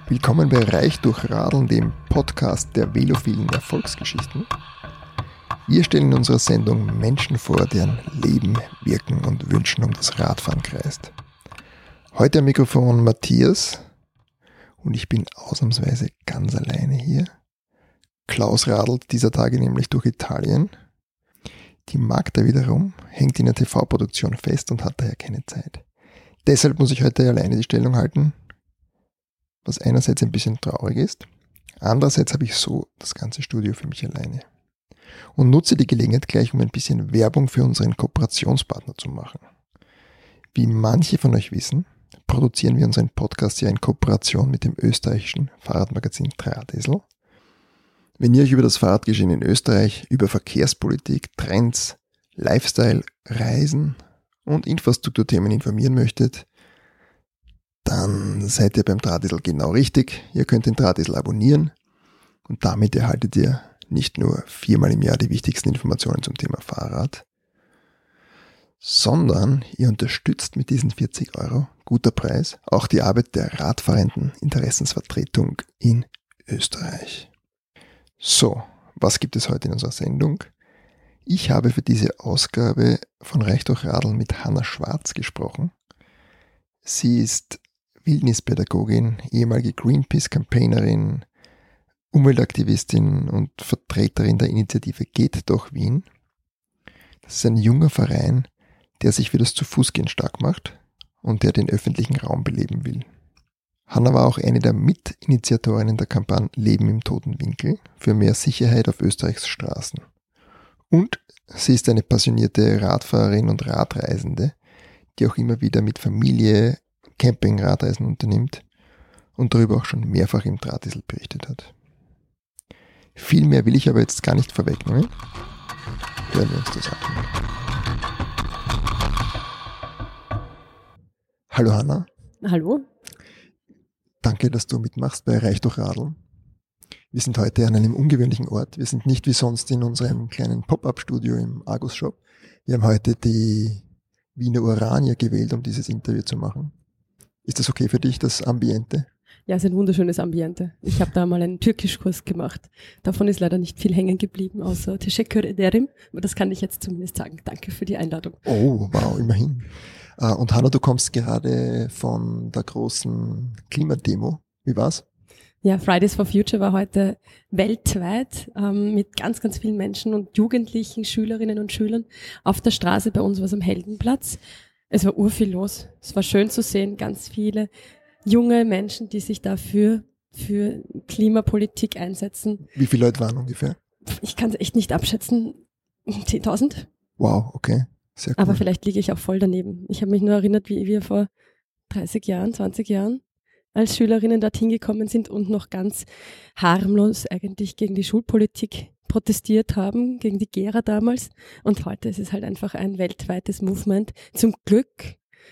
Willkommen bei Reich durch Radeln, dem Podcast der velophilen Erfolgsgeschichten. Wir stellen in unserer Sendung Menschen vor, deren Leben, Wirken und Wünschen um das Radfahren kreist. Heute am Mikrofon Matthias und ich bin ausnahmsweise ganz alleine hier. Klaus radelt dieser Tage nämlich durch Italien. Die Magda wiederum hängt in der TV-Produktion fest und hat daher keine Zeit. Deshalb muss ich heute alleine die Stellung halten, was einerseits ein bisschen traurig ist, andererseits habe ich so das ganze Studio für mich alleine. Und nutze die Gelegenheit gleich, um ein bisschen Werbung für unseren Kooperationspartner zu machen. Wie manche von euch wissen, produzieren wir unseren Podcast ja in Kooperation mit dem österreichischen Fahrradmagazin Drahtesel. Wenn ihr euch über das Fahrradgeschehen in Österreich, über Verkehrspolitik, Trends, Lifestyle, Reisen und Infrastrukturthemen informieren möchtet, dann seid ihr beim Drahtesel genau richtig. Ihr könnt den Drahtesel abonnieren und damit erhaltet ihr nicht nur 4-mal im Jahr die wichtigsten Informationen zum Thema Fahrrad, sondern ihr unterstützt mit diesen 40 €, guter Preis, auch die Arbeit der radfahrenden Interessensvertretung in Österreich. So, was gibt es heute in unserer Sendung? Ich habe für diese Ausgabe von Reich durch Radeln mit Hanna Schwarz gesprochen. Sie ist Wildnispädagogin, ehemalige Greenpeace-Campaignerin, Umweltaktivistin und Vertreterin der Initiative Geht doch Wien. Das ist ein junger Verein, der sich für das Zu-Fuß-Gehen stark macht und der den öffentlichen Raum beleben will. Hanna war auch eine der Mitinitiatorinnen der Kampagne Leben im toten Winkel für mehr Sicherheit auf Österreichs Straßen. Und sie ist eine passionierte Radfahrerin und Radreisende, die auch immer wieder mit Familie Campingradreisen unternimmt und darüber auch schon mehrfach im Drahtesel berichtet hat. Viel mehr will ich aber jetzt gar nicht vorwegnehmen. Hören wir uns das an. Hallo Hanna. Hallo. Danke, dass du mitmachst bei Reich durch Radeln. Wir sind heute an einem ungewöhnlichen Ort. Wir sind nicht wie sonst in unserem kleinen Pop-Up-Studio im Argus Shop. Wir haben heute die Wiener Urania gewählt, um dieses Interview zu machen. Ist das okay für dich, das Ambiente? Ja, es ist ein wunderschönes Ambiente. Ich habe da mal einen Türkischkurs gemacht. Davon ist leider nicht viel hängen geblieben, außer Teşekkür ederim. Aber das kann ich jetzt zumindest sagen. Danke für die Einladung. Oh, wow, immerhin. Und Hanna, du kommst gerade von der großen Klimademo. Wie war's? Ja, Fridays for Future war heute weltweit mit ganz, ganz vielen Menschen und Jugendlichen, Schülerinnen und Schülern auf der Straße. Bei uns war es am Heldenplatz. Es war urviel los. Es war schön zu sehen, ganz viele junge Menschen, die sich dafür für Klimapolitik einsetzen. Wie viele Leute waren ungefähr? Ich kann es echt nicht abschätzen. 10.000? Wow, okay. Sehr cool. Aber vielleicht liege ich auch voll daneben. Ich habe mich nur erinnert, wie wir vor 30 Jahren, 20 Jahren als Schülerinnen dorthin gekommen sind und noch ganz harmlos eigentlich gegen die Schulpolitik protestiert haben, gegen die Gera damals. Und heute ist es halt einfach ein weltweites Movement, zum Glück,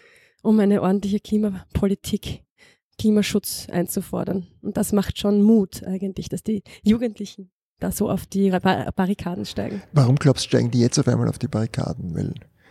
um eine ordentliche Klimapolitik, Klimaschutz einzufordern. Und das macht schon Mut eigentlich, dass die Jugendlichen da so auf die Barrikaden steigen. Warum glaubst du, steigen die jetzt auf einmal auf die Barrikaden? Weil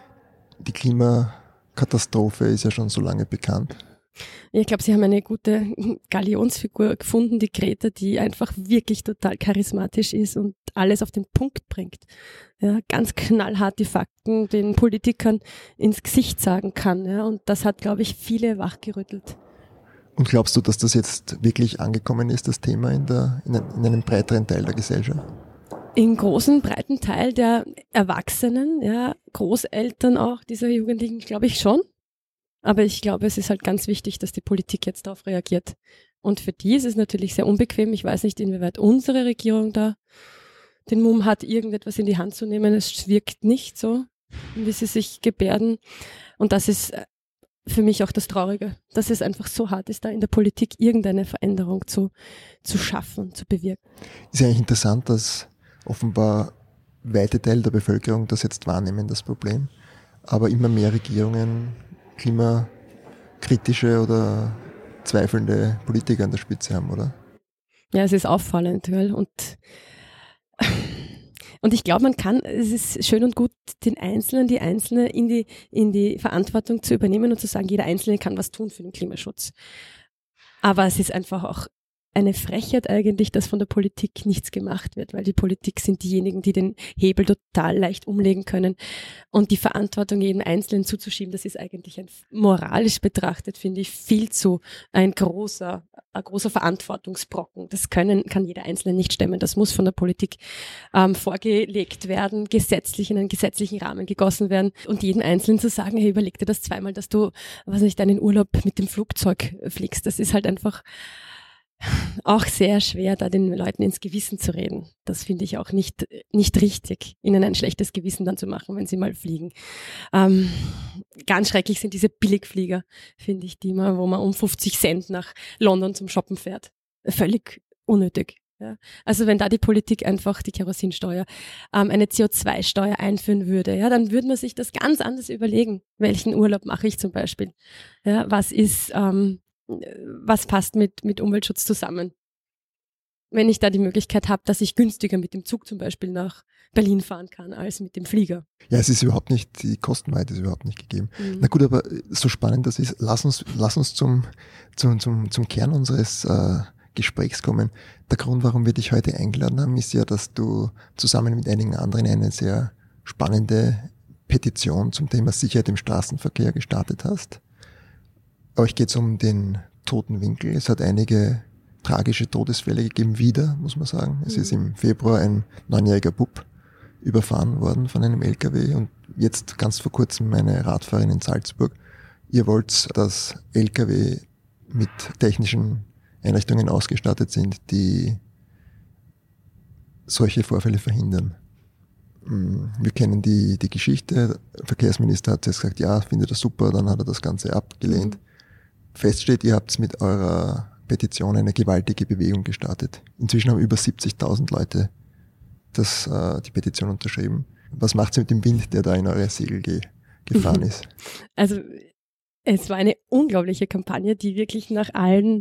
die Klimakatastrophe ist ja schon so lange bekannt. Ich glaube, sie haben eine gute Galionsfigur gefunden, die Greta, die einfach wirklich total charismatisch ist und alles auf den Punkt bringt. Ja, ganz knallhart die Fakten den Politikern ins Gesicht sagen kann. Ja, und das hat, glaube ich, viele wachgerüttelt. Und glaubst du, dass das jetzt wirklich angekommen ist, das Thema in einem breiteren Teil der Gesellschaft? Im großen, breiten Teil der Erwachsenen, ja, Großeltern auch, dieser Jugendlichen, glaube ich schon. Aber ich glaube, es ist halt ganz wichtig, dass die Politik jetzt darauf reagiert. Und für die ist es natürlich sehr unbequem. Ich weiß nicht, inwieweit unsere Regierung da den Mumm hat, irgendetwas in die Hand zu nehmen. Es wirkt nicht so, wie sie sich gebärden. Und das ist für mich auch das Traurige, dass es einfach so hart ist, da in der Politik irgendeine Veränderung zu schaffen, zu bewirken. Ist ja eigentlich interessant, dass offenbar weite Teile der Bevölkerung das jetzt wahrnehmen, das Problem. Aber immer mehr Regierungen klimakritische oder zweifelnde Politiker an der Spitze haben, oder? Ja, es ist auffallend, gell? Und ich glaube, es ist schön und gut, den Einzelnen, die Einzelne in die Verantwortung zu übernehmen und zu sagen, jeder Einzelne kann was tun für den Klimaschutz. Aber es ist einfach auch eine Frechheit eigentlich, dass von der Politik nichts gemacht wird, weil die Politik sind diejenigen, die den Hebel total leicht umlegen können und die Verantwortung jedem Einzelnen zuzuschieben, das ist eigentlich moralisch betrachtet, finde ich, viel zu ein großer Verantwortungsbrocken. Das kann jeder Einzelne nicht stemmen. Das muss von der Politik vorgelegt werden, gesetzlich in einen gesetzlichen Rahmen gegossen werden und jedem Einzelnen zu sagen, hey, überleg dir das zweimal, dass du, deinen Urlaub mit dem Flugzeug fliegst. Das ist halt einfach auch sehr schwer, da den Leuten ins Gewissen zu reden. Das finde ich auch nicht richtig, ihnen ein schlechtes Gewissen dann zu machen, wenn sie mal fliegen. Ganz schrecklich sind diese Billigflieger, finde ich, wo man um 50 Cent nach London zum Shoppen fährt. Völlig unnötig. Ja. Also wenn da die Politik einfach die Kerosinsteuer, eine CO2-Steuer einführen würde, ja, dann würde man sich das ganz anders überlegen. Welchen Urlaub mache ich zum Beispiel? Ja, was passt mit Umweltschutz zusammen? Wenn ich da die Möglichkeit habe, dass ich günstiger mit dem Zug zum Beispiel nach Berlin fahren kann, als mit dem Flieger. Ja, es ist überhaupt nicht, die Kostenweite ist überhaupt nicht gegeben. Mhm. Na gut, aber so spannend das ist, lass uns zum Kern unseres Gesprächs kommen. Der Grund, warum wir dich heute eingeladen haben, ist ja, dass du zusammen mit einigen anderen eine sehr spannende Petition zum Thema Sicherheit im Straßenverkehr gestartet hast. Euch geht es um den toten Winkel. Es hat einige tragische Todesfälle gegeben, wieder, muss man sagen. Es ist im Februar ein 9-jähriger Bub überfahren worden von einem LKW und jetzt ganz vor kurzem eine Radfahrerin in Salzburg. Ihr wollt, dass LKW mit technischen Einrichtungen ausgestattet sind, die solche Vorfälle verhindern. Wir kennen die Geschichte. Der Verkehrsminister hat jetzt gesagt, ja, findet er super, dann hat er das Ganze abgelehnt. Fest steht, ihr habt mit eurer Petition eine gewaltige Bewegung gestartet. Inzwischen haben über 70.000 Leute die Petition unterschrieben. Was macht's mit dem Wind, der da in eure Segel gefahren ist? Also es war eine unglaubliche Kampagne, die wirklich nach allen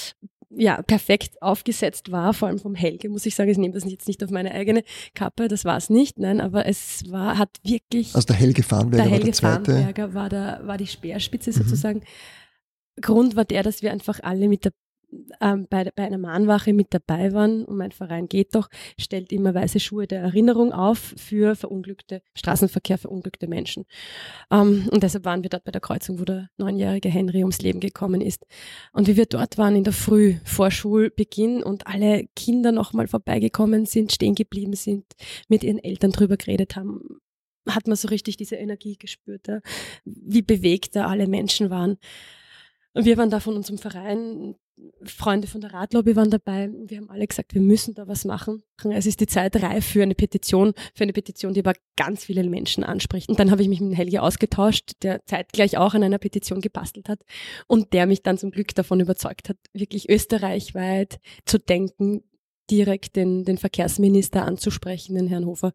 perfekt aufgesetzt war, vor allem vom Helge, muss ich sagen. Ich nehme das jetzt nicht auf meine eigene Kappe, das war es nicht, nein, aber hat wirklich... Also der Helge Farnberger war der zweite? Der Helge Farnberger war die Speerspitze sozusagen. Grund war der, dass wir einfach alle bei einer Mahnwache mit dabei waren und mein Verein Geht doch, stellt immer weiße Schuhe der Erinnerung auf für Straßenverkehr verunglückte Menschen. Und deshalb waren wir dort bei der Kreuzung, wo der 9-jährige Henry ums Leben gekommen ist. Und wie wir dort waren in der Früh vor Schulbeginn und alle Kinder nochmal vorbeigekommen sind, stehen geblieben sind, mit ihren Eltern drüber geredet haben, hat man so richtig diese Energie gespürt, ja? Wie bewegt da alle Menschen waren. Und wir waren da von unserem Verein, Freunde von der Radlobby waren dabei. Wir haben alle gesagt, wir müssen da was machen. Es ist die Zeit reif für eine Petition, die aber ganz viele Menschen anspricht. Und dann habe ich mich mit Helge ausgetauscht, der zeitgleich auch an einer Petition gebastelt hat und der mich dann zum Glück davon überzeugt hat, wirklich österreichweit zu denken, direkt den Verkehrsminister anzusprechen, den Herrn Hofer,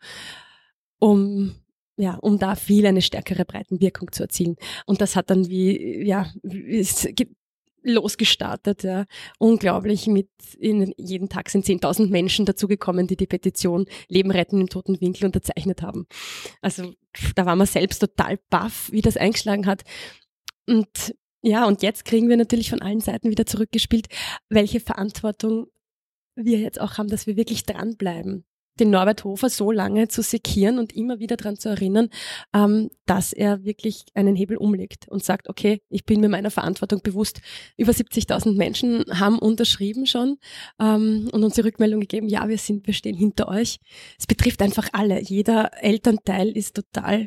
um da eine stärkere Breitenwirkung zu erzielen. Und das hat dann losgestartet, ja. Unglaublich jeden Tag sind 10.000 Menschen dazugekommen, die Petition Leben retten im toten Winkel unterzeichnet haben. Also da waren wir selbst total baff, wie das eingeschlagen hat. Und jetzt kriegen wir natürlich von allen Seiten wieder zurückgespielt, welche Verantwortung wir jetzt auch haben, dass wir wirklich dranbleiben, den Norbert Hofer so lange zu sekieren und immer wieder daran zu erinnern, dass er wirklich einen Hebel umlegt und sagt, okay, ich bin mir meiner Verantwortung bewusst. Über 70.000 Menschen haben unterschrieben schon und uns die Rückmeldung gegeben, ja, wir stehen hinter euch. Es betrifft einfach alle. Jeder Elternteil ist total,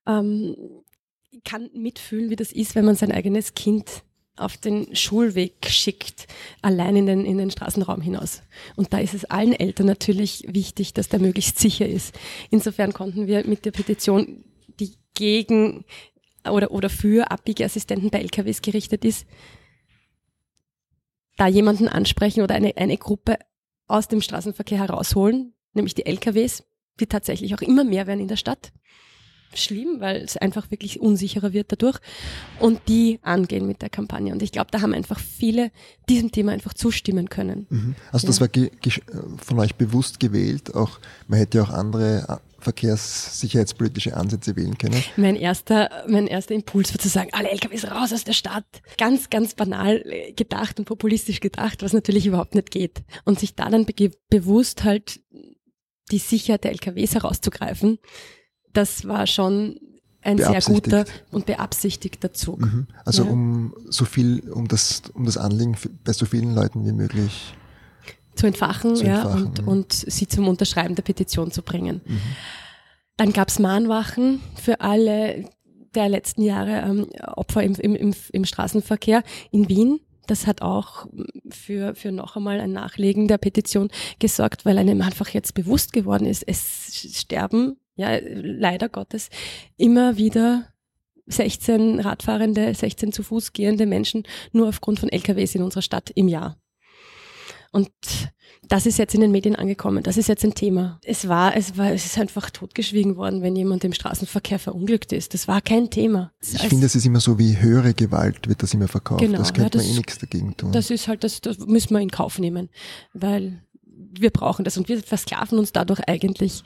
kann mitfühlen, wie das ist, wenn man sein eigenes Kind auf den Schulweg schickt, allein in den Straßenraum hinaus. Und da ist es allen Eltern natürlich wichtig, dass der möglichst sicher ist. Insofern konnten wir mit der Petition, die gegen oder für Abbiegeassistenten bei LKWs gerichtet ist, da jemanden ansprechen oder eine Gruppe aus dem Straßenverkehr herausholen, nämlich die LKWs, die tatsächlich auch immer mehr werden in der Stadt. schlimm, weil es einfach wirklich unsicherer wird dadurch und die angehen mit der Kampagne. Und ich glaube, da haben einfach viele diesem Thema einfach zustimmen können. Also das war von euch bewusst gewählt, auch man hätte ja auch andere verkehrssicherheitspolitische Ansätze wählen können. Mein erster Impuls war zu sagen, alle LKWs raus aus der Stadt. Ganz, ganz banal gedacht und populistisch gedacht, was natürlich überhaupt nicht geht. Und sich da dann bewusst halt die Sicherheit der LKWs herauszugreifen, das war schon ein sehr guter und beabsichtigter Zug. Also um das Anliegen bei so vielen Leuten wie möglich zu entfachen, und sie zum Unterschreiben der Petition zu bringen. Dann gab es Mahnwachen für alle der letzten Jahre Opfer im Straßenverkehr in Wien. Das hat auch für noch einmal ein Nachlegen der Petition gesorgt, weil einem einfach jetzt bewusst geworden ist, es sterben, ja, leider Gottes, immer wieder 16 Radfahrende, 16 zu Fuß gehende Menschen nur aufgrund von LKWs in unserer Stadt im Jahr. Und das ist jetzt in den Medien angekommen. Das ist jetzt ein Thema. Es ist einfach totgeschwiegen worden, wenn jemand im Straßenverkehr verunglückt ist. Das war kein Thema. Ich finde, es ist immer so wie höhere Gewalt wird das immer verkauft. Genau, das könnte man nichts dagegen tun. Das ist halt, das müssen wir in Kauf nehmen, weil wir brauchen das und wir versklaven uns dadurch eigentlich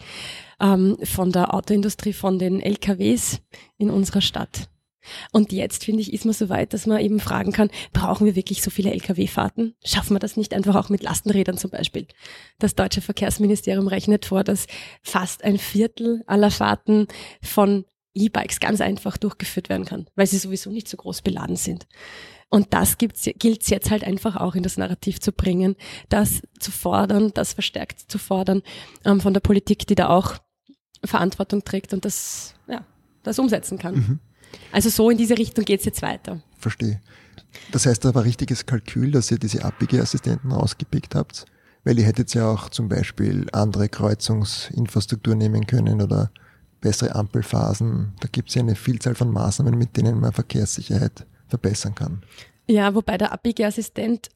von der Autoindustrie, von den LKWs in unserer Stadt. Und jetzt, finde ich, ist man so weit, dass man eben fragen kann, brauchen wir wirklich so viele Lkw-Fahrten? Schaffen wir das nicht einfach auch mit Lastenrädern zum Beispiel? Das deutsche Verkehrsministerium rechnet vor, dass fast 1/4 aller Fahrten von E-Bikes ganz einfach durchgeführt werden kann, weil sie sowieso nicht so groß beladen sind. Und das gilt es jetzt halt einfach auch in das Narrativ zu bringen, das zu fordern, das verstärkt zu fordern von der Politik, die da auch Verantwortung trägt und das umsetzen kann. Mhm. Also so in diese Richtung geht's jetzt weiter. Verstehe. Das heißt, da war richtiges Kalkül, dass ihr diese Abbiegeassistenten rausgepickt habt, weil ihr hättet ja auch zum Beispiel andere Kreuzungsinfrastruktur nehmen können oder bessere Ampelphasen. Da gibt's ja eine Vielzahl von Maßnahmen, mit denen man Verkehrssicherheit verbessern kann. Ja, wobei der Abbiegeassistent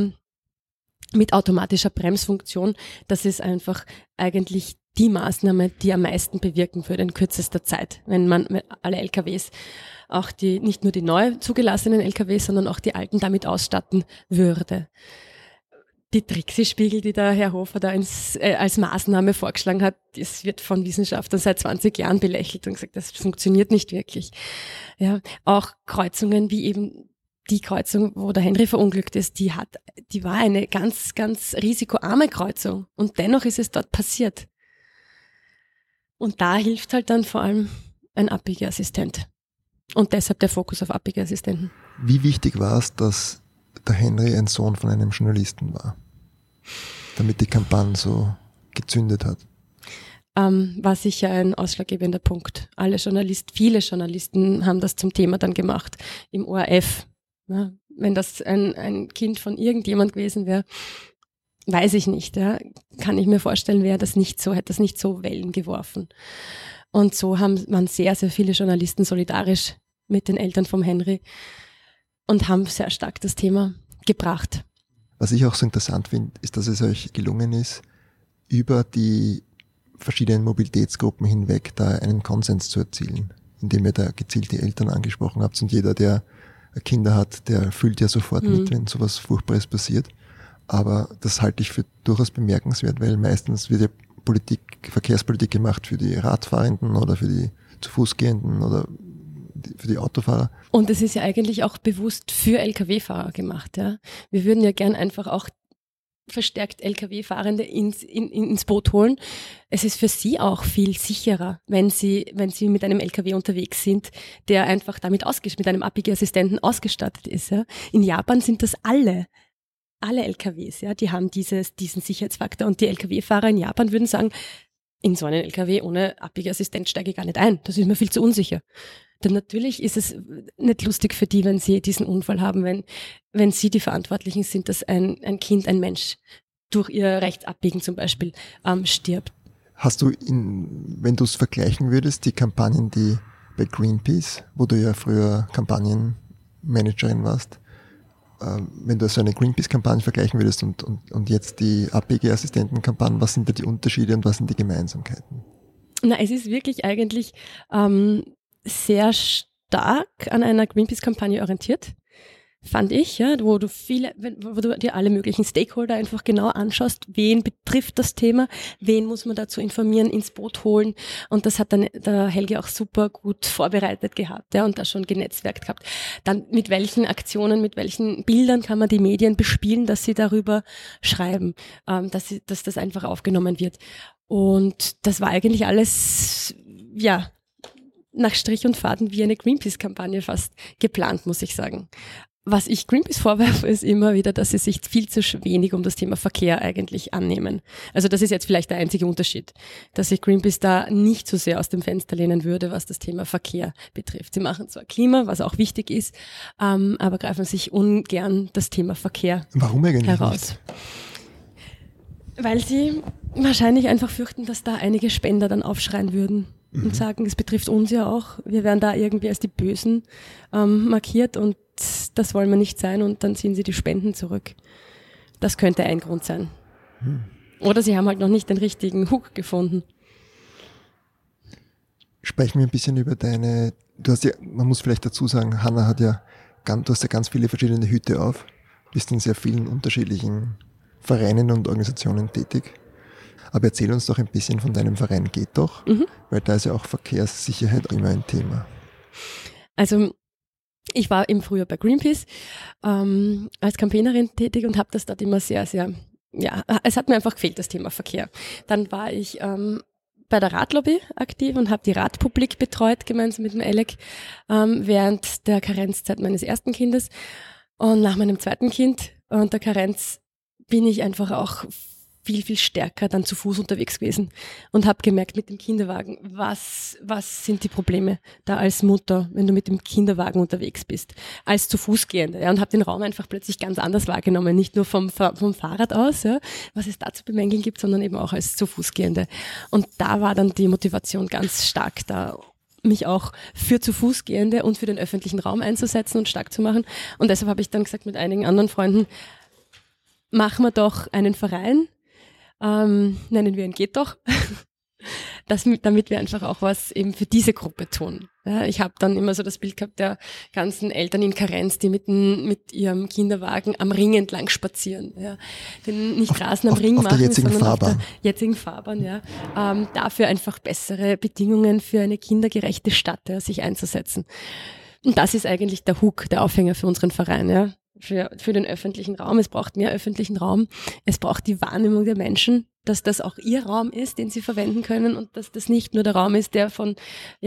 mit automatischer Bremsfunktion, das ist einfach eigentlich die Maßnahme, die am meisten bewirken würde in kürzester Zeit, wenn man alle LKWs, auch die nicht nur die neu zugelassenen LKWs, sondern auch die alten damit ausstatten würde. Die Trixie-Spiegel, die der Herr Hofer da als Maßnahme vorgeschlagen hat, das wird von Wissenschaftlern seit 20 Jahren belächelt und gesagt, das funktioniert nicht wirklich. Ja, auch Kreuzungen wie eben die Kreuzung, wo der Henry verunglückt ist, die war eine ganz, ganz risikoarme Kreuzung und dennoch ist es dort passiert. Und da hilft halt dann vor allem ein Abbiegeassistent. Und deshalb der Fokus auf Abbiegeassistenten. Wie wichtig war es, dass der Henry ein Sohn von einem Journalisten war, damit die Kampagne so gezündet hat? War sicher ein ausschlaggebender Punkt. Viele Journalisten haben das zum Thema dann gemacht im ORF. Ja, wenn das ein Kind von irgendjemand gewesen wäre, weiß ich nicht. Ja. Kann ich mir vorstellen, hätte das nicht so Wellen geworfen. Und so waren sehr, sehr viele Journalisten solidarisch mit den Eltern vom Henry und haben sehr stark das Thema gebracht. Was ich auch so interessant finde, ist, dass es euch gelungen ist, über die verschiedenen Mobilitätsgruppen hinweg da einen Konsens zu erzielen, indem ihr da gezielt die Eltern angesprochen habt und jeder, der Kinder hat, der fühlt ja sofort mit, wenn sowas Furchtbares passiert. Aber das halte ich für durchaus bemerkenswert, weil meistens wird ja Verkehrspolitik gemacht für die Radfahrenden oder für die zu Fuß gehenden oder für die Autofahrer. Und es ist ja eigentlich auch bewusst für Lkw-Fahrer gemacht. Ja. Wir würden ja gern einfach auch verstärkt Lkw-Fahrende ins Boot holen. Es ist für sie auch viel sicherer, wenn sie mit einem Lkw unterwegs sind, der einfach mit einem Abbiegeassistenten ausgestattet ist. Ja. In Japan sind das alle LKWs, ja, die haben diesen Sicherheitsfaktor und die Lkw-Fahrer in Japan würden sagen, in so einen Lkw ohne Abbiegeassistent steige ich gar nicht ein, das ist mir viel zu unsicher. Denn natürlich ist es nicht lustig für die, wenn sie diesen Unfall haben, wenn sie die Verantwortlichen sind, dass ein Kind, ein Mensch durch ihr Rechtsabbiegen zum Beispiel stirbt. Hast du, wenn du es vergleichen würdest, die Kampagnen, die bei Greenpeace, wo du ja früher Kampagnenmanagerin warst, wenn du so eine Greenpeace-Kampagne vergleichen würdest und jetzt die Abbiegeassistenten-Kampagne, was sind da die Unterschiede und was sind die Gemeinsamkeiten? Na, es ist wirklich eigentlich sehr stark an einer Greenpeace-Kampagne orientiert, fand ich, ja, wo du dir alle möglichen Stakeholder einfach genau anschaust, wen betrifft das Thema, wen muss man dazu informieren, ins Boot holen, und das hat dann der Helge auch super gut vorbereitet gehabt, ja, und da schon genetzwerkt gehabt. Dann mit welchen Aktionen, mit welchen Bildern kann man die Medien bespielen, dass sie darüber schreiben, dass das einfach aufgenommen wird. Und das war eigentlich alles, ja, nach Strich und Faden wie eine Greenpeace-Kampagne fast geplant, muss ich sagen. Was ich Greenpeace vorwerfe, ist immer wieder, dass sie sich viel zu wenig um das Thema Verkehr eigentlich annehmen. Also das ist jetzt vielleicht der einzige Unterschied, dass sich Greenpeace da nicht so sehr aus dem Fenster lehnen würde, was das Thema Verkehr betrifft. Sie machen zwar Klima, was auch wichtig ist, aber greifen sich ungern das Thema Verkehr Warum eigentlich heraus. Weil sie wahrscheinlich einfach fürchten, dass da einige Spender dann aufschreien würden und sagen, es betrifft uns ja auch. Wir werden da irgendwie als die Bösen markiert und das wollen wir nicht sein, und dann ziehen sie die Spenden zurück. Das könnte ein Grund sein. Oder sie haben halt noch nicht den richtigen Hook gefunden. Sprechen wir ein bisschen über deine, man muss vielleicht dazu sagen, Hanna du hast ja ganz viele verschiedene Hüte auf, bist in sehr vielen unterschiedlichen Vereinen und Organisationen tätig. Aber erzähl uns doch ein bisschen von deinem Verein Geht doch, weil da ist ja auch Verkehrssicherheit immer ein Thema. Also ich war im Frühjahr bei Greenpeace als Campaignerin tätig und habe das dort immer sehr, sehr, ja, es hat mir einfach gefehlt, das Thema Verkehr. Dann war ich bei der Radlobby aktiv und habe die Radpublik betreut, gemeinsam mit dem Alec, während der Karenzzeit meines ersten Kindes. Und nach meinem zweiten Kind und der Karenz bin ich einfach auch viel, viel stärker dann zu Fuß unterwegs gewesen und habe gemerkt mit dem Kinderwagen, was sind die Probleme da als Mutter, wenn du mit dem Kinderwagen unterwegs bist, als zu Fußgehende. Ja, und habe den Raum einfach plötzlich ganz anders wahrgenommen, nicht nur vom Fahrrad aus, ja, was es da zu bemängeln gibt, sondern eben auch als zu Fußgehende. Und da war dann die Motivation ganz stark da, mich auch für zu Fußgehende und für den öffentlichen Raum einzusetzen und stark zu machen. Und deshalb habe ich dann gesagt mit einigen anderen Freunden, machen wir doch einen Verein, nennen wir ihn Geht doch, damit wir einfach auch was eben für diese Gruppe tun. Ja, ich habe dann immer so das Bild gehabt der ganzen Eltern in Karenz, die mit ihrem Kinderwagen am Ring entlang spazieren. Ja. Den nicht Rasen am Ring machen, sondern auf der jetzigen Fahrbahn. Ja. Dafür einfach bessere Bedingungen für eine kindergerechte Stadt, ja, sich einzusetzen. Und das ist eigentlich der Hook, der Aufhänger für unseren Verein. Ja. Für den öffentlichen Raum. Es braucht mehr öffentlichen Raum. Es braucht die Wahrnehmung der Menschen, dass das auch ihr Raum ist, den sie verwenden können, und dass das nicht nur der Raum ist, der von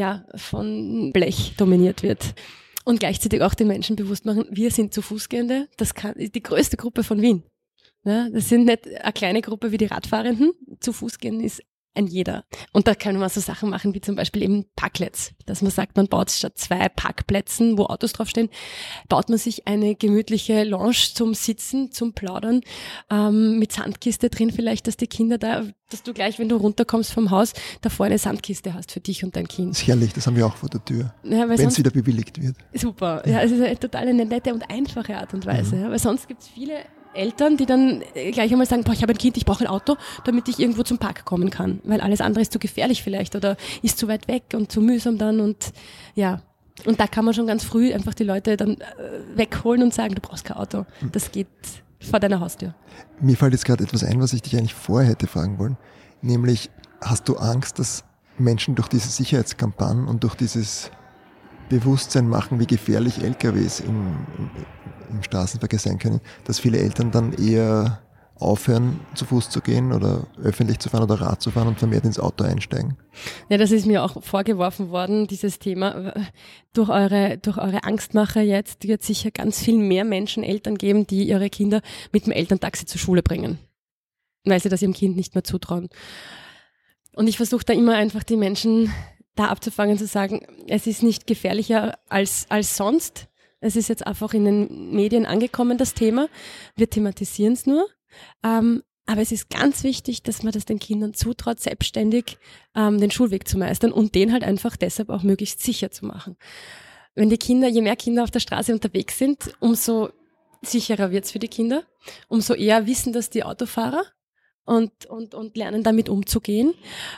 Blech dominiert wird. Und gleichzeitig auch den Menschen bewusst machen, wir sind zu Fußgehende. Das ist die größte Gruppe von Wien. Ja, das sind nicht eine kleine Gruppe wie die Radfahrenden. Zu Fuß gehen ist ein jeder. Und da können wir so Sachen machen wie zum Beispiel eben Parklets, dass man sagt, man baut statt 2 Parkplätzen, wo Autos draufstehen, baut man sich eine gemütliche Lounge zum Sitzen, zum Plaudern, mit Sandkiste drin vielleicht, dass die Kinder dass du gleich, wenn du runterkommst vom Haus, davor eine Sandkiste hast für dich und dein Kind. Das ist herrlich, das haben wir auch vor der Tür, ja, wenn es wieder bewilligt wird. Super, ja, es ist eine total eine nette und einfache Art und Weise, ja, weil sonst gibt es viele Eltern, die dann gleich einmal sagen, ich habe ein Kind, ich brauche ein Auto, damit ich irgendwo zum Park kommen kann, weil alles andere ist zu gefährlich vielleicht oder ist zu weit weg und zu mühsam dann, und ja, und da kann man schon ganz früh einfach die Leute dann wegholen und sagen, du brauchst kein Auto, das geht vor deiner Haustür. Mir fällt jetzt gerade etwas ein, was ich dich eigentlich vorher hätte fragen wollen, nämlich, hast du Angst, dass Menschen durch diese Sicherheitskampagnen und durch dieses Bewusstsein machen, wie gefährlich LKWs im Straßenverkehr sein können, dass viele Eltern dann eher aufhören, zu Fuß zu gehen oder öffentlich zu fahren oder Rad zu fahren und vermehrt ins Auto einsteigen? Ja, das ist mir auch vorgeworfen worden, dieses Thema. Durch eure Angstmacher jetzt wird es sicher ganz viel mehr Menschen, Eltern geben, die ihre Kinder mit dem Elterntaxi zur Schule bringen, weil sie das ihrem Kind nicht mehr zutrauen. Und ich versuche da immer einfach die Menschen da abzufangen, zu sagen, es ist nicht gefährlicher als sonst. Es ist jetzt einfach in den Medien angekommen, das Thema. Wir thematisieren es nur. Aber es ist ganz wichtig, dass man das den Kindern zutraut, selbstständig den Schulweg zu meistern und den halt einfach deshalb auch möglichst sicher zu machen. Wenn je mehr Kinder auf der Straße unterwegs sind, umso sicherer wird es für die Kinder. Umso eher wissen das die Autofahrer. und lernen damit umzugehen.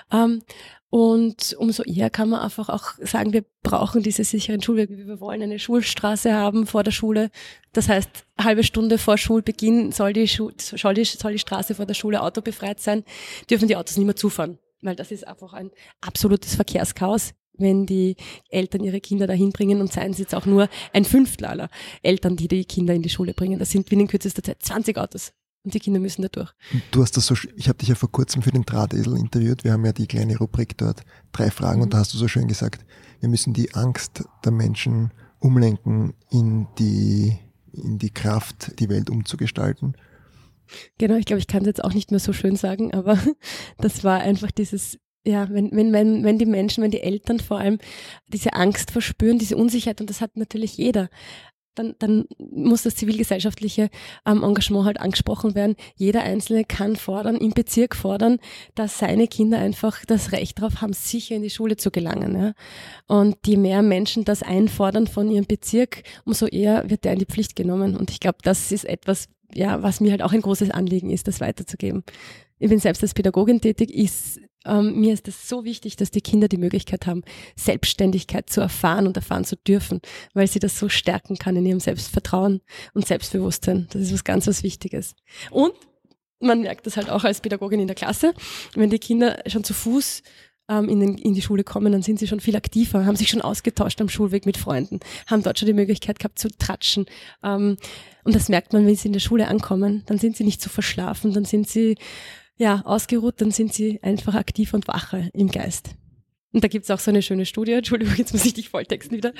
Und umso eher kann man einfach auch sagen, wir brauchen diese sicheren Schulwege. Wir wollen eine Schulstraße haben vor der Schule. Das heißt, eine halbe Stunde vor Schulbeginn soll die Straße vor der Schule autobefreit sein, dürfen die Autos nicht mehr zufahren. Weil das ist einfach ein absolutes Verkehrschaos, wenn die Eltern ihre Kinder dahin bringen, und seien es jetzt auch nur ein Fünftel aller Eltern, die die Kinder in die Schule bringen. Das sind binnen kürzester Zeit 20 Autos. Und die Kinder müssen da durch. Du hast das so, ich habe dich ja vor kurzem für den Drahtesel interviewt. Wir haben ja die kleine Rubrik dort, 3 Fragen, und da hast du so schön gesagt, wir müssen die Angst der Menschen umlenken in die Kraft, die Welt umzugestalten. Genau, ich glaube, ich kann es jetzt auch nicht mehr so schön sagen, aber das war einfach dieses, ja, wenn die Menschen, wenn die Eltern vor allem diese Angst verspüren, diese Unsicherheit, und das hat natürlich jeder, dann muss das zivilgesellschaftliche Engagement halt angesprochen werden. Jeder Einzelne kann fordern, im Bezirk fordern, dass seine Kinder einfach das Recht darauf haben, sicher in die Schule zu gelangen. Ja. Und je mehr Menschen das einfordern von ihrem Bezirk, umso eher wird der in die Pflicht genommen. Und ich glaube, das ist etwas, ja, was mir halt auch ein großes Anliegen ist, das weiterzugeben. Ich bin selbst als Pädagogin tätig, mir ist es so wichtig, dass die Kinder die Möglichkeit haben, Selbstständigkeit zu erfahren und erfahren zu dürfen, weil sie das so stärken kann in ihrem Selbstvertrauen und Selbstbewusstsein. Das ist was Wichtiges. Und man merkt das halt auch als Pädagogin in der Klasse, wenn die Kinder schon zu Fuß in die Schule kommen, dann sind sie schon viel aktiver, haben sich schon ausgetauscht am Schulweg mit Freunden, haben dort schon die Möglichkeit gehabt zu tratschen. Und das merkt man, wenn sie in der Schule ankommen, dann sind sie nicht so verschlafen, dann sind sie ausgeruht, dann sind sie einfach aktiv und wacher im Geist. Und da gibt's auch so eine schöne Studie, Entschuldigung, jetzt muss ich dich volltexten wieder,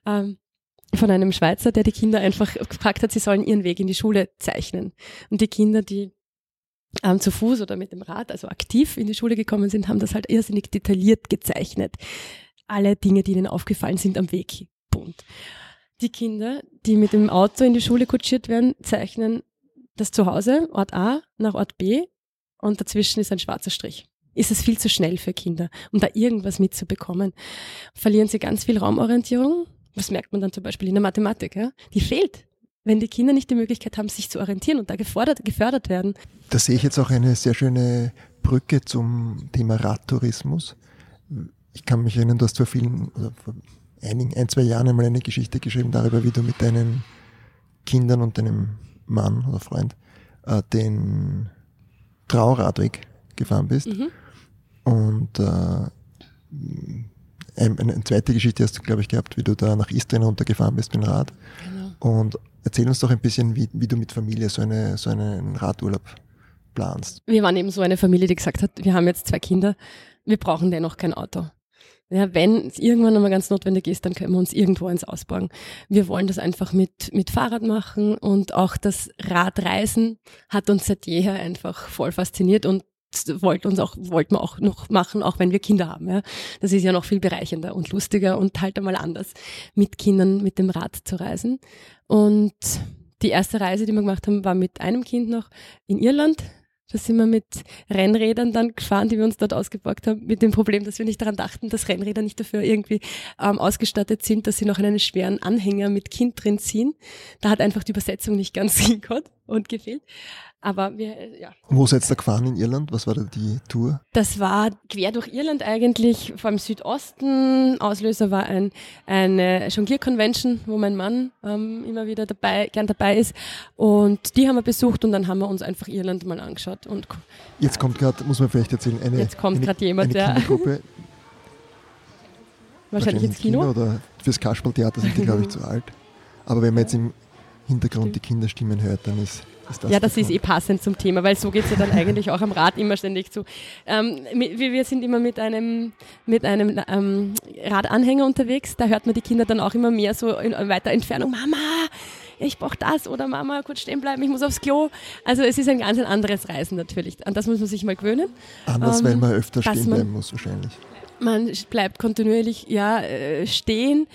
von einem Schweizer, der die Kinder einfach gefragt hat, sie sollen ihren Weg in die Schule zeichnen. Und die Kinder, die zu Fuß oder mit dem Rad, also aktiv in die Schule gekommen sind, haben das halt irrsinnig detailliert gezeichnet. Alle Dinge, die ihnen aufgefallen sind am Weg. Bunt. Die Kinder, die mit dem Auto in die Schule kutschiert werden, zeichnen das Zuhause, Ort A, nach Ort B, und dazwischen ist ein schwarzer Strich. Ist es viel zu schnell für Kinder, um da irgendwas mitzubekommen. Verlieren sie ganz viel Raumorientierung. Was merkt man dann zum Beispiel in der Mathematik? Ja? Die fehlt, wenn die Kinder nicht die Möglichkeit haben, sich zu orientieren und da gefördert werden. Da sehe ich jetzt auch eine sehr schöne Brücke zum Thema Radtourismus. Ich kann mich erinnern, du hast vor ein, 2 Jahren einmal eine Geschichte geschrieben darüber, wie du mit deinen Kindern und deinem Mann oder Freund den Trauradweg gefahren bist. Mhm. Und eine zweite Geschichte hast du, glaube ich, gehabt, wie du da nach Istrien runtergefahren bist mit dem Rad. Genau. Und erzähl uns doch ein bisschen, wie du mit Familie so einen Radurlaub planst. Wir waren eben so eine Familie, die gesagt hat, wir haben jetzt 2 Kinder, wir brauchen dennoch kein Auto. Ja, wenn es irgendwann einmal ganz notwendig ist, dann können wir uns irgendwo eins ausborgen. Wir wollen das einfach mit Fahrrad machen, und auch das Radreisen hat uns seit jeher einfach voll fasziniert und wollten wir auch noch machen, auch wenn wir Kinder haben. Ja. Das ist ja noch viel bereichernder und lustiger und halt einmal anders, mit Kindern mit dem Rad zu reisen. Und die erste Reise, die wir gemacht haben, war mit einem Kind noch in Irland. Da sind wir mit Rennrädern dann gefahren, die wir uns dort ausgeborgt haben, mit dem Problem, dass wir nicht daran dachten, dass Rennräder nicht dafür irgendwie ausgestattet sind, dass sie noch einen schweren Anhänger mit Kind drin ziehen. Da hat einfach die Übersetzung nicht ganz hingehört und gefehlt. Aber Wo seid ihr gefahren in Irland? Was war da die Tour? Das war quer durch Irland eigentlich, vor allem Südosten. Auslöser war eine Jonglier-Convention, wo mein Mann immer wieder gern dabei ist. Und die haben wir besucht, und dann haben wir uns einfach Irland mal angeschaut. Und jetzt kommt gerade, muss man vielleicht erzählen, jetzt kommt gerade jemand, eine Kindergruppe. Wahrscheinlich ins Kino. Oder fürs Kasperltheater sind die, glaube ich, zu alt. Aber wenn man jetzt im Hintergrund die Kinderstimmen hört, dann ist das. Ja, das ist passend zum Thema, weil so geht es ja dann eigentlich auch am Rad immer ständig zu. Wir sind immer mit einem Radanhänger unterwegs, da hört man die Kinder dann auch immer mehr so in weiter Entfernung, Mama, ich brauche das, oder Mama, kurz stehen bleiben, ich muss aufs Klo. Also es ist ein ganz anderes Reisen natürlich, an das muss man sich mal gewöhnen. Anders, weil man öfter stehen bleiben muss wahrscheinlich. Man bleibt kontinuierlich stehen.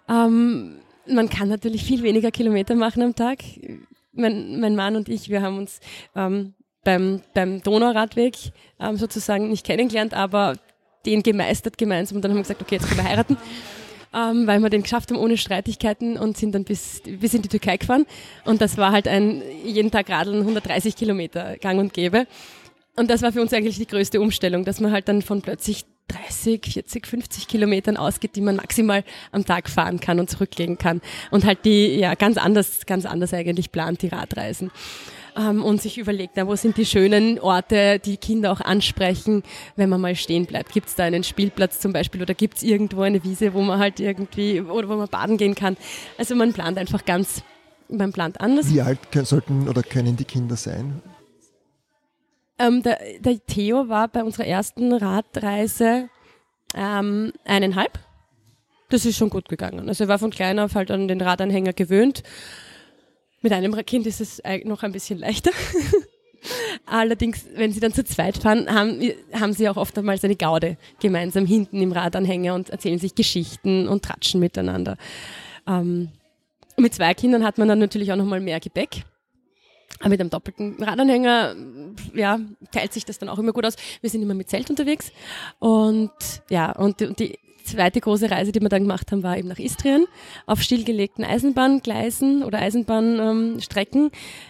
Man kann natürlich viel weniger Kilometer machen am Tag. Mein Mann und ich, wir haben uns beim Donauradweg sozusagen nicht kennengelernt, aber den gemeistert gemeinsam, und dann haben wir gesagt, okay, jetzt können wir heiraten, weil wir den geschafft haben ohne Streitigkeiten, und sind dann bis in die Türkei gefahren, und das war halt jeden Tag Radeln 130 Kilometer gang und gäbe. Und das war für uns eigentlich die größte Umstellung, dass man halt dann von plötzlich 30, 40, 50 Kilometern ausgeht, die man maximal am Tag fahren kann und zurücklegen kann. Und halt die, ja, ganz anders eigentlich plant, die Radreisen. Und sich überlegt, wo sind die schönen Orte, die Kinder auch ansprechen, wenn man mal stehen bleibt. Gibt es da einen Spielplatz zum Beispiel oder gibt es irgendwo eine Wiese, wo man halt irgendwie, oder wo man baden gehen kann. Also man plant anders. Wie alt sollten oder können die Kinder sein? Der Theo war bei unserer ersten Radreise 1,5. Das ist schon gut gegangen. Also er war von klein auf halt an den Radanhänger gewöhnt. Mit einem Kind ist es noch ein bisschen leichter. Allerdings, wenn sie dann zu zweit fahren, haben sie auch oftmals eine Gaude gemeinsam hinten im Radanhänger und erzählen sich Geschichten und tratschen miteinander. Mit 2 Kindern hat man dann natürlich auch nochmal mehr Gepäck. Aber mit einem doppelten Radanhänger, ja, teilt sich das dann auch immer gut aus. Wir sind immer mit Zelt unterwegs. Und die zweite große Reise, die wir dann gemacht haben, war eben nach Istrien auf stillgelegten Eisenbahngleisen oder Eisenbahnstrecken.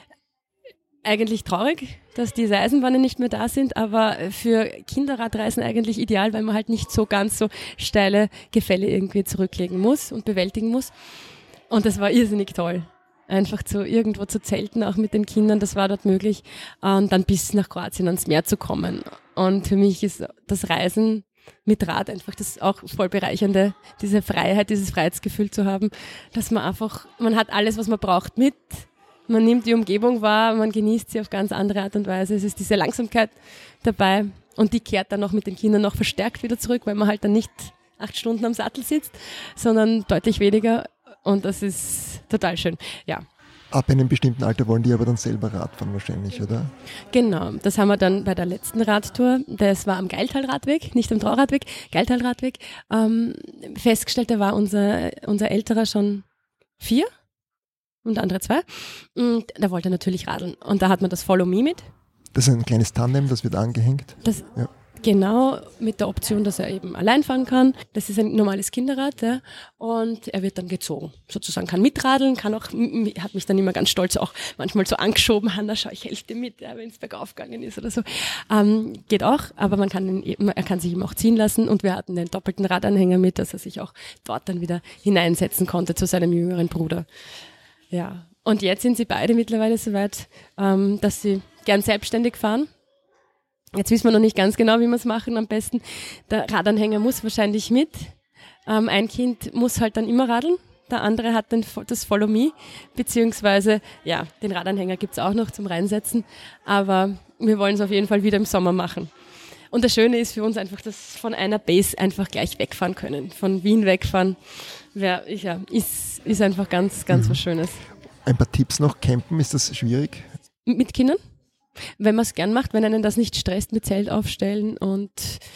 Eigentlich traurig, dass diese Eisenbahnen nicht mehr da sind, aber für Kinderradreisen eigentlich ideal, weil man halt nicht so ganz so steile Gefälle irgendwie zurücklegen muss und bewältigen muss. Und das war irrsinnig toll. Einfach irgendwo zu zelten, auch mit den Kindern, das war dort möglich. Und dann bis nach Kroatien ans Meer zu kommen. Und für mich ist das Reisen mit Rad einfach das auch voll bereichernde, diese Freiheit, dieses Freiheitsgefühl zu haben, dass man hat alles, was man braucht mit, man nimmt die Umgebung wahr, man genießt sie auf ganz andere Art und Weise. Es ist diese Langsamkeit dabei und die kehrt dann auch mit den Kindern noch verstärkt wieder zurück, weil man halt dann nicht 8 Stunden am Sattel sitzt, sondern deutlich weniger und das ist total schön, ja. Ab einem bestimmten Alter wollen die aber dann selber Radfahren wahrscheinlich, oder? Genau, das haben wir dann bei der letzten Radtour, das war am Geiltalradweg, nicht am Trauradweg, Geiltalradweg, festgestellt, da war unser Älterer schon 4 und der andere 2 und da wollte er natürlich radeln und da hat man das Follow Me mit. Das ist ein kleines Tandem, das wird angehängt. Ja. Genau, mit der Option, dass er eben allein fahren kann. Das ist ein normales Kinderrad, ja, und er wird dann gezogen. Sozusagen kann mitradeln, hat mich dann immer ganz stolz auch manchmal so angeschoben, Hanna, schau, ich helfe dir mit, ja, wenn es bergauf gegangen ist oder so. Geht auch, aber er kann sich eben auch ziehen lassen und wir hatten den doppelten Radanhänger mit, dass er sich auch dort dann wieder hineinsetzen konnte zu seinem jüngeren Bruder. Ja, und jetzt sind sie beide mittlerweile so weit, dass sie gern selbstständig fahren. Jetzt wissen wir noch nicht ganz genau, wie wir es machen am besten. Der Radanhänger muss wahrscheinlich mit. Ein Kind muss halt dann immer radeln. Der andere hat das Follow Me, beziehungsweise, ja, den Radanhänger gibt's auch noch zum Reinsetzen. Aber wir wollen es auf jeden Fall wieder im Sommer machen. Und das Schöne ist für uns einfach, dass von einer Base einfach gleich wegfahren können. Von Wien wegfahren, ist einfach ganz, ganz was Schönes. Ein paar Tipps noch. Campen, ist das schwierig? Mit Kindern? Wenn man es gern macht, wenn einen das nicht stresst mit Zelt aufstellen und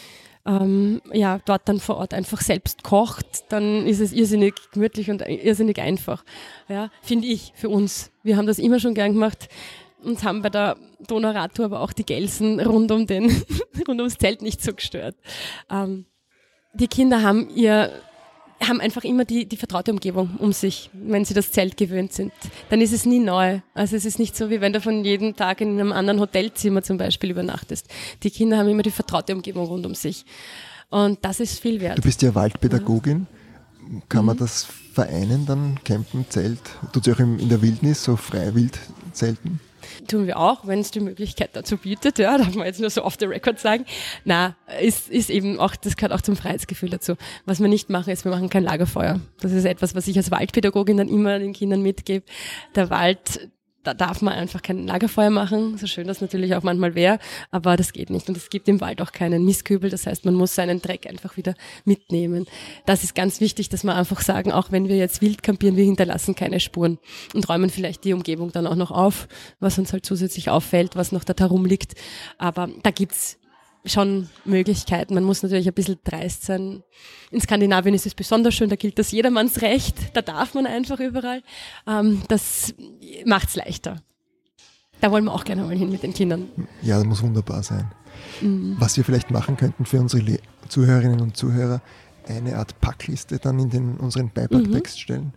dort dann vor Ort einfach selbst kocht, dann ist es irrsinnig gemütlich und irrsinnig einfach. Ja, finde ich, für uns. Wir haben das immer schon gern gemacht und haben bei der Donauradtour aber auch die Gelsen rund ums Zelt nicht so gestört. Die Kinder haben einfach immer die vertraute Umgebung um sich, wenn sie das Zelt gewöhnt sind. Dann ist es nie neu. Also es ist nicht so, wie wenn du von jedem Tag in einem anderen Hotelzimmer zum Beispiel übernachtest. Die Kinder haben immer die vertraute Umgebung rund um sich. Und das ist viel wert. Du bist ja Waldpädagogin. Kann man das vereinen, dann campen, Zelt? Tut sie auch in der Wildnis, so Freiwild zelten? Tun wir auch, wenn es die Möglichkeit dazu bietet, ja, darf man jetzt nur so off the record sagen. Ist eben auch, das gehört auch zum Freiheitsgefühl dazu. Was wir nicht machen, ist, wir machen kein Lagerfeuer. Das ist etwas, was ich als Waldpädagogin dann immer den Kindern mitgebe. Der Wald, da darf man einfach kein Lagerfeuer machen, so schön das natürlich auch manchmal wäre, aber das geht nicht und es gibt im Wald auch keinen Mistkübel, das heißt, man muss seinen Dreck einfach wieder mitnehmen. Das ist ganz wichtig, dass wir einfach sagen, auch wenn wir jetzt wild campieren, wir hinterlassen keine Spuren und räumen vielleicht die Umgebung dann auch noch auf, was uns halt zusätzlich auffällt, was noch da herumliegt, aber da gibt's schon Möglichkeiten. Man muss natürlich ein bisschen dreist sein. In Skandinavien ist es besonders schön, da gilt das Jedermannsrecht, da darf man einfach überall. Das macht's leichter. Da wollen wir auch gerne mal hin mit den Kindern. Ja, das muss wunderbar sein. Was wir vielleicht machen könnten für unsere Zuhörerinnen und Zuhörer, eine Art Packliste dann in unseren Beipacktext stellen.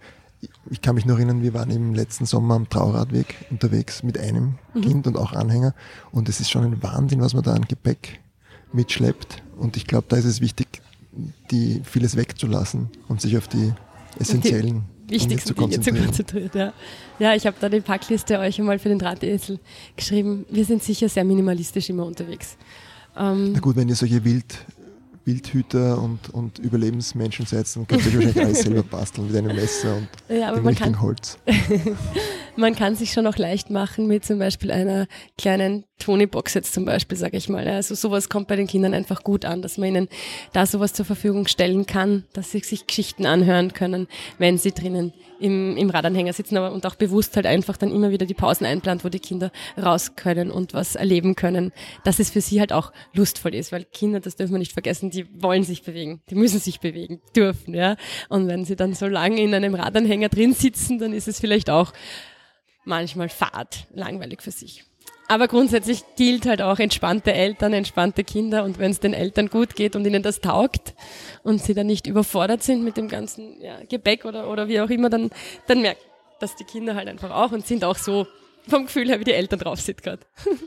ich kann mich noch erinnern, wir waren im letzten Sommer am Trauradweg unterwegs mit einem Kind und auch Anhänger. Und es ist schon ein Wahnsinn, was man da an Gepäck mitschleppt. Und ich glaube, da ist es wichtig, vieles wegzulassen und sich auf die essentiellen Dinge zu konzentrieren. Ja, ich habe da die Packliste euch einmal für den Drahtesel geschrieben. Wir sind sicher sehr minimalistisch immer unterwegs. Na gut, wenn ihr solche Wildhüter und Überlebensmenschen seid, dann könnt ihr euch wahrscheinlich alles selber basteln mit einem Messer und dem richtigen Holz. Man kann sich schon auch leicht machen mit zum Beispiel einer kleinen Tony-Box jetzt zum Beispiel, sage ich mal. Also sowas kommt bei den Kindern einfach gut an, dass man ihnen da sowas zur Verfügung stellen kann, dass sie sich Geschichten anhören können, wenn sie drinnen im Radanhänger sitzen, aber und auch bewusst halt einfach dann immer wieder die Pausen einplant, wo die Kinder raus können und was erleben können, dass es für sie halt auch lustvoll ist, weil Kinder, das dürfen wir nicht vergessen, die wollen sich bewegen, die müssen sich bewegen dürfen, ja. Und wenn sie dann so lange in einem Radanhänger drin sitzen, dann ist es vielleicht auch manchmal fad, langweilig für sich. Aber grundsätzlich gilt halt auch entspannte Eltern, entspannte Kinder und wenn es den Eltern gut geht und ihnen das taugt und sie dann nicht überfordert sind mit dem ganzen Gepäck oder wie auch immer, dann merkt das die Kinder halt einfach auch und sind auch so vom Gefühl her, wie die Eltern drauf sind gerade.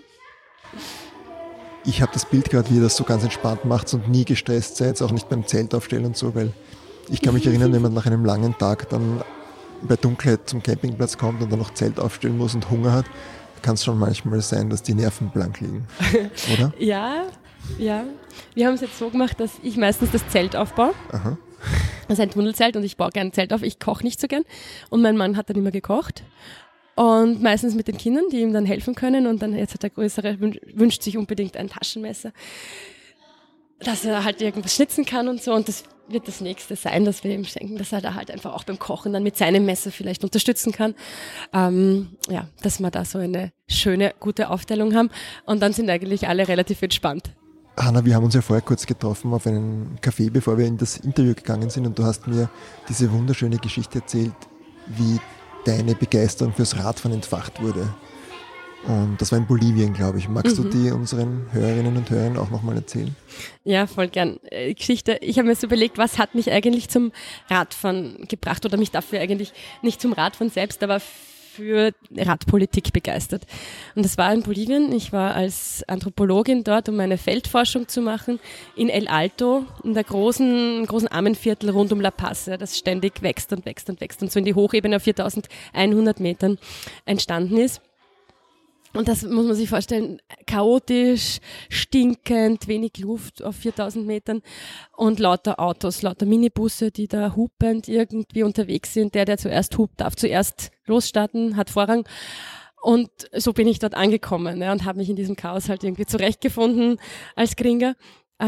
Ich habe das Bild gerade, wie ihr das so ganz entspannt macht und nie gestresst seid, auch nicht beim Zelt aufstellen und so, weil ich kann mich erinnern, wenn man nach einem langen Tag dann bei Dunkelheit zum Campingplatz kommt und dann noch Zelt aufstellen muss und Hunger hat, kann es schon manchmal sein, dass die Nerven blank liegen, oder? Ja. Wir haben es jetzt so gemacht, dass ich meistens das Zelt aufbaue. Aha. Das ist ein Tunnelzelt und ich baue gerne ein Zelt auf. Ich koche nicht so gern und mein Mann hat dann immer gekocht. Und meistens mit den Kindern, die ihm dann helfen können. Und dann jetzt hat der Größere, wünscht sich unbedingt ein Taschenmesser, dass er halt irgendwas schnitzen kann und so. Und das wird das Nächste sein, dass wir ihm schenken, dass er da halt einfach auch beim Kochen dann mit seinem Messer vielleicht unterstützen kann. Dass wir da so eine schöne, gute Aufteilung haben. Und dann sind eigentlich alle relativ entspannt. Hanna, wir haben uns ja vorher kurz getroffen auf einen Café, bevor wir in das Interview gegangen sind. Und du hast mir diese wunderschöne Geschichte erzählt, wie deine Begeisterung fürs Radfahren entfacht wurde. Und das war in Bolivien, glaube ich. Magst du die unseren Hörerinnen und Hörern auch nochmal erzählen? Ja, voll gern. Geschichte. Ich habe mir so überlegt, was hat mich eigentlich zum Radfahren gebracht oder mich dafür eigentlich nicht zum Radfahren selbst, aber für Radpolitik begeistert. Und das war in Bolivien. Ich war als Anthropologin dort, um meine Feldforschung zu machen, in El Alto, in der großen Armenviertel rund um La Paz, das ständig wächst und wächst und wächst und so in die Hochebene auf 4100 Metern entstanden ist. Und das muss man sich vorstellen, chaotisch, stinkend, wenig Luft auf 4000 Metern und lauter Autos, lauter Minibusse, die da hupend irgendwie unterwegs sind. Der zuerst hupt, darf zuerst losstarten, hat Vorrang. Und so bin ich dort angekommen und habe mich in diesem Chaos halt irgendwie zurechtgefunden als Gringa.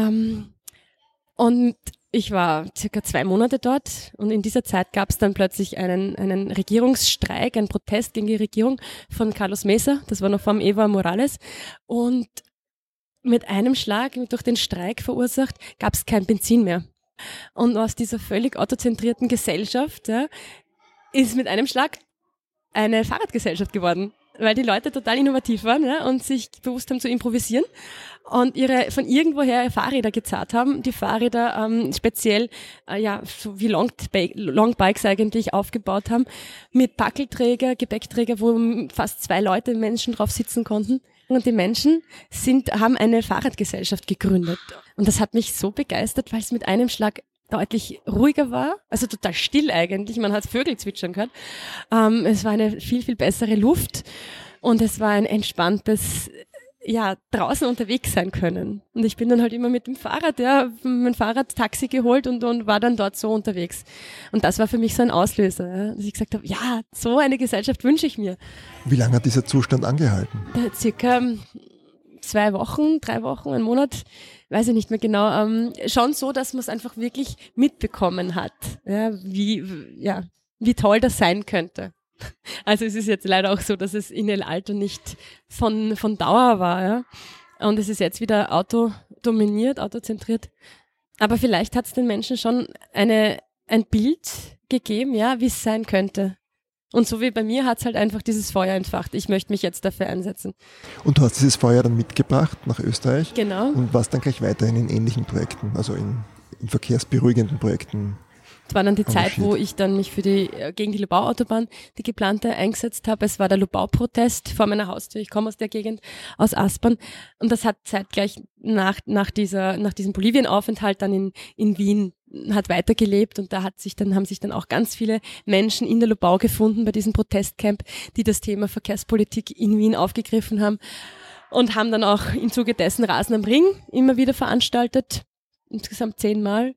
Und ich war circa 2 Monate dort und in dieser Zeit gab es dann plötzlich einen Regierungsstreik, einen Protest gegen die Regierung von Carlos Mesa, das war noch vom Evo Morales, und mit einem Schlag, durch den Streik verursacht, gab es kein Benzin mehr. Und aus dieser völlig autozentrierten Gesellschaft ist mit einem Schlag eine Fahrradgesellschaft geworden, weil die Leute total innovativ waren und sich bewusst haben zu improvisieren und von irgendwoher Fahrräder gezahlt haben, die Fahrräder speziell so wie Longbikes eigentlich aufgebaut haben, mit Packelträger, Gepäckträger, wo fast 2 Menschen drauf sitzen konnten. Und die Menschen haben eine Fahrradgesellschaft gegründet. Und das hat mich so begeistert, weil es mit einem Schlag deutlich ruhiger war, also total still eigentlich, man hat Vögel zwitschern gehört. Es war eine viel, viel bessere Luft und es war ein entspanntes, draußen unterwegs sein können. Und ich bin dann halt immer mit dem Fahrrad, mein Fahrradtaxi geholt und war dann dort so unterwegs. Und das war für mich so ein Auslöser, dass ich gesagt habe, ja, so eine Gesellschaft wünsche ich mir. Wie lange hat dieser Zustand angehalten? Circa 2 Wochen, 3 Wochen, 1 Monat, weiß ich nicht mehr genau. Schon so, dass man es einfach wirklich mitbekommen hat, wie toll das sein könnte. Also es ist jetzt leider auch so, dass es in El Alto nicht von Dauer war, ja. Und es ist jetzt wieder autodominiert, autozentriert. Aber vielleicht hat es den Menschen schon ein Bild gegeben, wie es sein könnte. Und so wie bei mir hat es halt einfach dieses Feuer entfacht. Ich möchte mich jetzt dafür einsetzen. Und du hast dieses Feuer dann mitgebracht nach Österreich? Genau. Und warst dann gleich weiterhin in ähnlichen Projekten, also in verkehrsberuhigenden Projekten war dann die Zeit, wo ich dann mich gegen die Lobau-Autobahn, die geplante, eingesetzt habe. Es war der Lobau-Protest vor meiner Haustür. Ich komme aus der Gegend, aus Aspern. Und das hat zeitgleich nach diesem Bolivien-Aufenthalt dann in Wien hat weitergelebt. Und da haben sich dann auch ganz viele Menschen in der Lobau gefunden bei diesem Protestcamp, die das Thema Verkehrspolitik in Wien aufgegriffen haben und haben dann auch im Zuge dessen Rasen am Ring immer wieder veranstaltet. Insgesamt 10 Mal.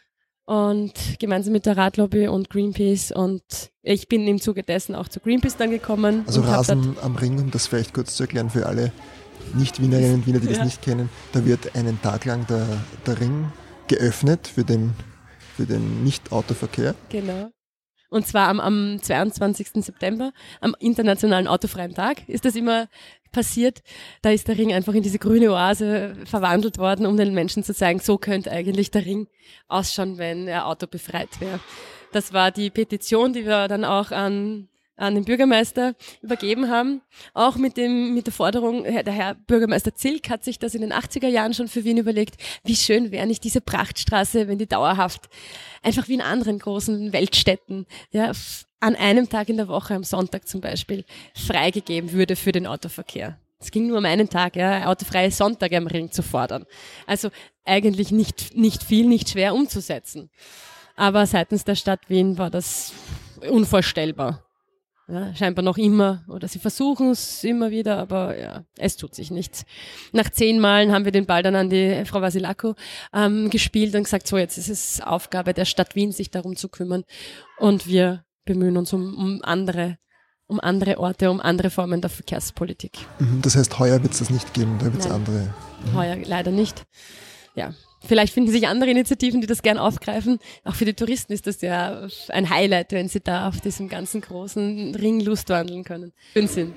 Und gemeinsam mit der Radlobby und Greenpeace, und ich bin im Zuge dessen auch zu Greenpeace dann gekommen. Also Rasen am Ring, um das vielleicht kurz zu erklären für alle Nicht-Wienerinnen und Wiener, die das nicht kennen, da wird einen Tag lang der Ring geöffnet für den Nicht-Autoverkehr. Genau. Und zwar am 22. September, am Internationalen Autofreien Tag, ist das immer passiert. Da ist der Ring einfach in diese grüne Oase verwandelt worden, um den Menschen zu zeigen, so könnte eigentlich der Ring ausschauen, wenn er autobefreit wäre. Das war die Petition, die wir dann auch an den Bürgermeister übergeben haben. Auch mit der Forderung, der Herr Bürgermeister Zilk hat sich das in den 80er Jahren schon für Wien überlegt, wie schön wäre nicht diese Prachtstraße, wenn die dauerhaft, einfach wie in anderen großen Weltstädten, ja, an einem Tag in der Woche, am Sonntag zum Beispiel, freigegeben würde für den Autoverkehr. Es ging nur um einen Tag, ja, autofreie Sonntage am Ring zu fordern. Also eigentlich nicht viel, nicht schwer umzusetzen. Aber seitens der Stadt Wien war das unvorstellbar. Ja, scheinbar noch immer, oder sie versuchen es immer wieder, aber ja, es tut sich nichts. Nach 10 Malen haben wir den Ball dann an die Frau Vasilako gespielt und gesagt, so, jetzt ist es Aufgabe der Stadt Wien, sich darum zu kümmern, und wir bemühen uns um andere Orte, um andere Formen der Verkehrspolitik. Das heißt, heuer wird es das nicht geben, da wird es andere. Heuer leider nicht. Ja. Vielleicht finden sich andere Initiativen, die das gern aufgreifen. Auch für die Touristen ist das ja ein Highlight, wenn sie da auf diesem ganzen großen Ring Lust wandeln können. Schön sind.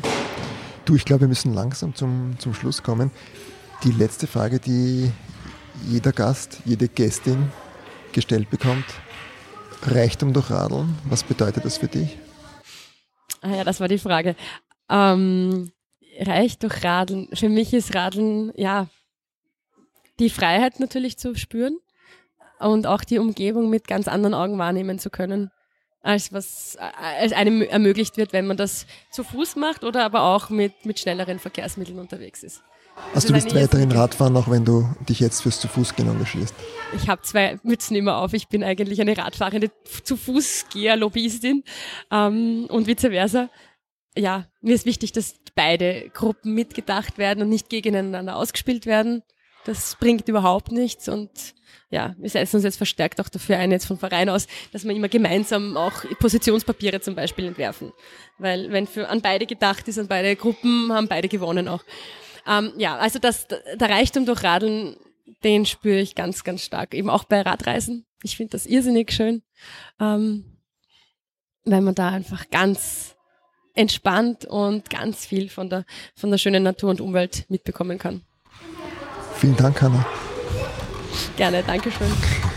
Du, ich glaube, wir müssen langsam zum Schluss kommen. Die letzte Frage, die jeder Gast, jede Gästin gestellt bekommt: Reichtum durch Radeln, was bedeutet das für dich? Ah ja, das war die Frage. Reich durch Radeln. Für mich ist Radeln, ja, die Freiheit natürlich zu spüren und auch die Umgebung mit ganz anderen Augen wahrnehmen zu können, als einem ermöglicht wird, wenn man das zu Fuß macht oder aber auch mit schnelleren Verkehrsmitteln unterwegs ist. Also du willst weiterhin Radfahren, auch wenn du dich jetzt fürs Zu-Fuß-Gehen engagierst? Ich habe 2 Mützen immer auf. Ich bin eigentlich eine radfahrende Zu-Fuß-Geher-Lobbyistin und vice versa. Ja, mir ist wichtig, dass beide Gruppen mitgedacht werden und nicht gegeneinander ausgespielt werden. Das bringt überhaupt nichts, und ja, wir setzen uns jetzt verstärkt auch dafür ein, jetzt vom Verein aus, dass wir immer gemeinsam auch Positionspapiere zum Beispiel entwerfen. Weil wenn an beide gedacht ist, an beide Gruppen, haben beide gewonnen auch. Ja, also der Reichtum durch Radeln, den spüre ich ganz, ganz stark. Eben auch bei Radreisen. Ich finde das irrsinnig schön, weil man da einfach ganz entspannt und ganz viel von der schönen Natur und Umwelt mitbekommen kann. Vielen Dank, Hanna. Gerne, danke schön.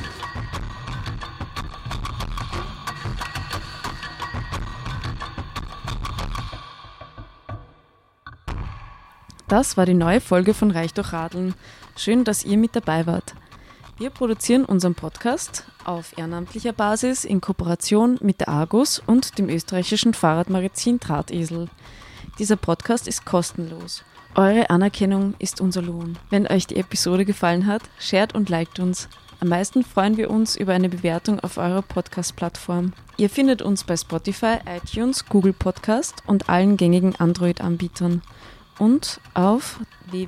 Das war die neue Folge von Reich durch Radeln. Schön, dass ihr mit dabei wart. Wir produzieren unseren Podcast auf ehrenamtlicher Basis in Kooperation mit der Argus und dem österreichischen Fahrradmagazin Drahtesel. Dieser Podcast ist kostenlos. Eure Anerkennung ist unser Lohn. Wenn euch die Episode gefallen hat, shared und liked uns. Am meisten freuen wir uns über eine Bewertung auf eurer Podcast-Plattform. Ihr findet uns bei Spotify, iTunes, Google Podcast und allen gängigen Android-Anbietern. Und auf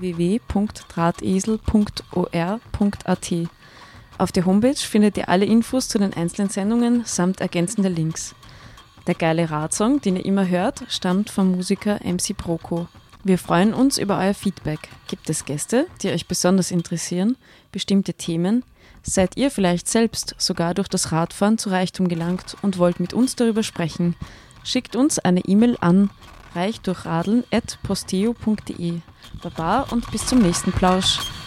www.drahtesel.or.at. Auf der Homepage findet ihr alle Infos zu den einzelnen Sendungen samt ergänzender Links. Der geile Radsong, den ihr immer hört, stammt vom Musiker MC Broco. Wir freuen uns über euer Feedback. Gibt es Gäste, die euch besonders interessieren, bestimmte Themen? Seid ihr vielleicht selbst sogar durch das Radfahren zu Reichtum gelangt und wollt mit uns darüber sprechen? Schickt uns eine E-Mail an reichdurchradeln@posteo.de. Baba und bis zum nächsten Plausch.